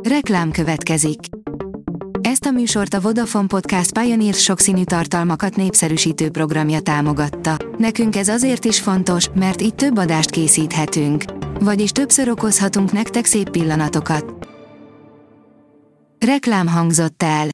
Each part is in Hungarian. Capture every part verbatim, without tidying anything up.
Reklám következik. Ezt a műsort a Vodafone Podcast Pioneer sokszínű tartalmakat népszerűsítő programja támogatta. Nekünk ez azért is fontos, mert így több adást készíthetünk. Vagyis többször okozhatunk nektek szép pillanatokat. Reklám hangzott el.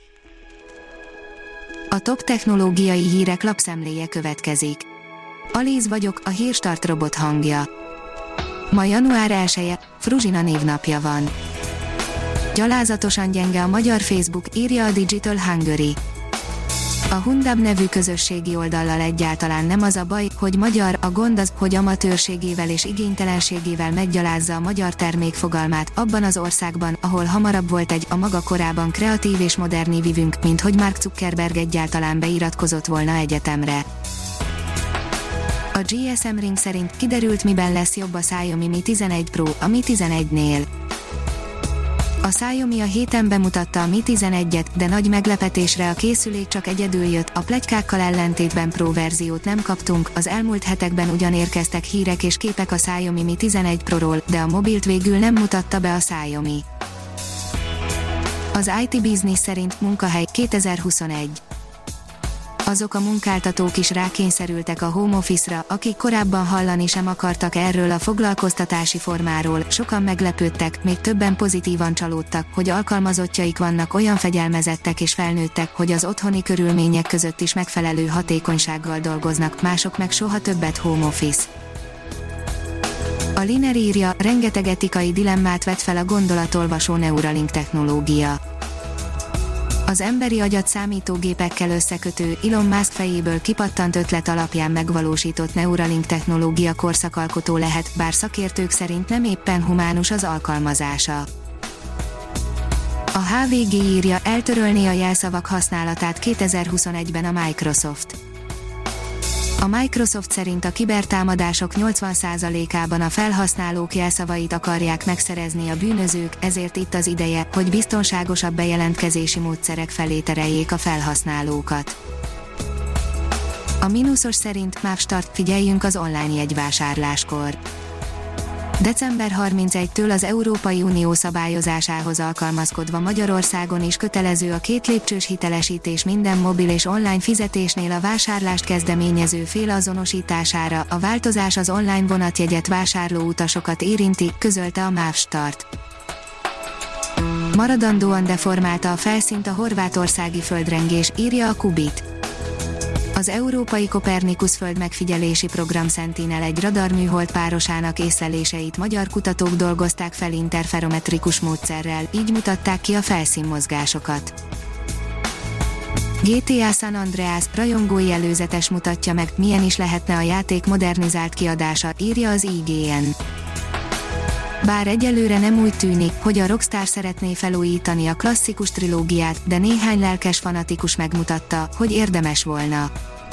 A top technológiai hírek lapszemléje következik. Alíz vagyok, a Hírstart robot hangja. Ma január elseje, Fruzsina névnapja van. Gyalázatosan gyenge a magyar Facebook, írja a Digital Hungary. A Hundab nevű közösségi oldallal egyáltalán nem az a baj, hogy magyar, a gond az, hogy amatőrségével és igénytelenségével meggyalázza a magyar termék fogalmát, abban az országban, ahol hamarabb volt egy, a maga korában kreatív és modern ívivünk, mint hogy Mark Zuckerberg egyáltalán beiratkozott volna egyetemre. A gé es em Ring szerint kiderült, miben lesz jobb a Xiaomi Mi tizenegy Pro, a Mi tizenegynél. A Xiaomi a héten bemutatta a Mi tizenegyet, de nagy meglepetésre a készülék csak egyedül jött, a pletykákkal ellentétben Pro verziót nem kaptunk, az elmúlt hetekben ugyan érkeztek hírek és képek a Xiaomi Mi tizenegy Pro-ról, de a mobilt végül nem mutatta be a Xiaomi. Az i té Business szerint munkahely kétezer-huszonegy. Azok a munkáltatók is rákényszerültek a home office-ra, akik korábban hallani sem akartak erről a foglalkoztatási formáról, sokan meglepődtek, még többen pozitívan csalódtak, hogy alkalmazottjaik vannak olyan fegyelmezettek és felnőttek, hogy az otthoni körülmények között is megfelelő hatékonysággal dolgoznak, mások meg soha többet home office. A Liner írja, rengeteg etikai dilemmát vet fel a gondolatolvasó Neuralink technológia. Az emberi agyat számítógépekkel összekötő, Elon Musk fejéből kipattant ötlet alapján megvalósított Neuralink technológia korszakalkotó lehet, bár szakértők szerint nem éppen humánus az alkalmazása. A há vé gé írja, eltörölné a jelszavak használatát kétezer-huszonegyben a Microsoft. A Microsoft szerint a kibertámadások nyolcvan százalékában a felhasználók jelszavait akarják megszerezni a bűnözők, ezért itt az ideje, hogy biztonságosabb bejelentkezési módszerek felé tereljék a felhasználókat. A mínuszos szerint MÁV Start, figyeljünk az online jegyvásárláskor. december harmincegyedikétől az Európai Unió szabályozásához alkalmazkodva Magyarországon is kötelező a két lépcsős hitelesítés minden mobil és online fizetésnél a vásárlást kezdeményező fél azonosítására, a változás az online vonatjegyet vásárló utasokat érinti, közölte a MÁV Start. Maradandóan deformálta a felszínt a horvátországi földrengés, írja a Kubit. Az Európai Kopernikus földmegfigyelési program Sentinel egy radarműhold párosának észleléseit magyar kutatók dolgozták fel interferometrikus módszerrel, így mutatták ki a felszínmozgásokat. gé té á San Andreas rajongói előzetes mutatja meg, milyen is lehetne a játék modernizált kiadása, írja az i gé en. Bár egyelőre nem úgy tűnik, hogy a Rockstar szeretné felújítani a klasszikus trilógiát, de néhány lelkes fanatikus megmutatta, hogy érdemes volna.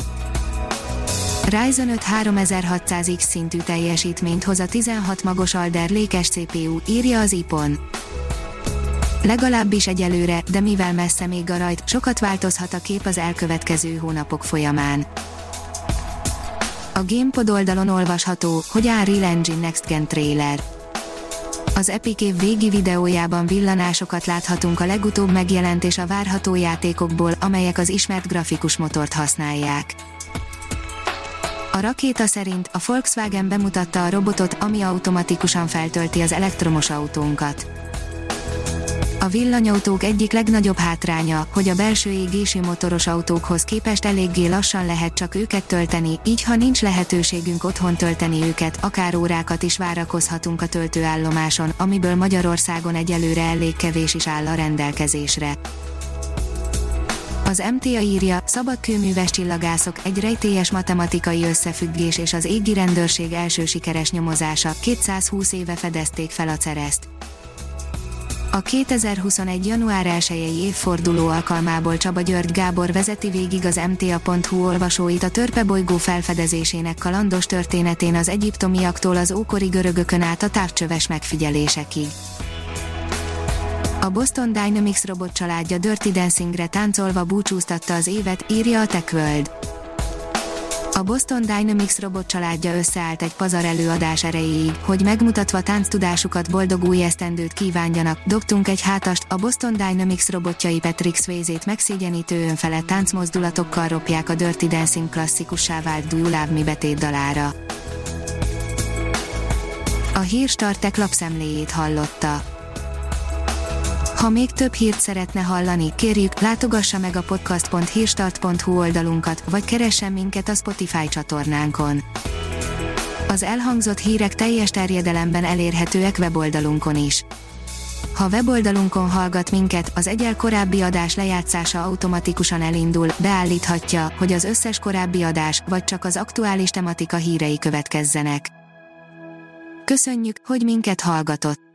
Ryzen öt háromezer-hatszáz X szintű teljesítményt hoz a tizenhat magos Alder lékes cé pé u, írja az i pon. Legalábbis egyelőre, de mivel messze még a rajt, sokat változhat a kép az elkövetkező hónapok folyamán. A GamePod oldalon olvasható, hogy Unreal Engine Next Gen trailer. Az Epic év végi videójában villanásokat láthatunk a legutóbb megjelent és a várható játékokból, amelyek az ismert grafikus motort használják. A rakéta szerint a Volkswagen bemutatta a robotot, ami automatikusan feltölti az elektromos autónkat. A villanyautók egyik legnagyobb hátránya, hogy a belső égésű motoros autókhoz képest eléggé lassan lehet csak őket tölteni, így ha nincs lehetőségünk otthon tölteni őket, akár órákat is várakozhatunk a töltőállomáson, amiből Magyarországon egyelőre elég kevés is áll a rendelkezésre. Az em té á írja, szabadkőműves csillagászok, egy rejtélyes matematikai összefüggés és az égi rendőrség első sikeres nyomozása, kétszázhúsz éve fedezték fel a Cereszt. A kétezer-huszonegy. január elsejei évforduló alkalmából Csaba György Gábor vezeti végig az em té á pont hu olvasóit a Törpe bolygó felfedezésének kalandos történetén az egyiptomiaktól az ókori görögökön át a távcsöves megfigyelésekig. A Boston Dynamics robot családja Dirty Dancingre táncolva búcsúztatta az évet, írja a TechWorld. A Boston Dynamics robotcsaládja összeállt egy pazar előadás erejéig, hogy megmutatva tánctudásukat boldog új esztendőt kívánjanak. Dobtunk egy hátast, a Boston Dynamics robotjai Patrick Swayze-t megszégyenítő önfelett táncmozdulatokkal ropják a Dirty Dancing klasszikussá vált Do You Love Me betétdalára. A Hírstart lapszemléjét hallotta. Ha még több hírt szeretne hallani, kérjük, látogassa meg a podcast pont hírstart pont hu oldalunkat, vagy keressen minket a Spotify csatornánkon. Az elhangzott hírek teljes terjedelemben elérhetőek weboldalunkon is. Ha weboldalunkon hallgat minket, az egyel korábbi adás lejátszása automatikusan elindul, beállíthatja, hogy az összes korábbi adás, vagy csak az aktuális tematika hírei következzenek. Köszönjük, hogy minket hallgatott!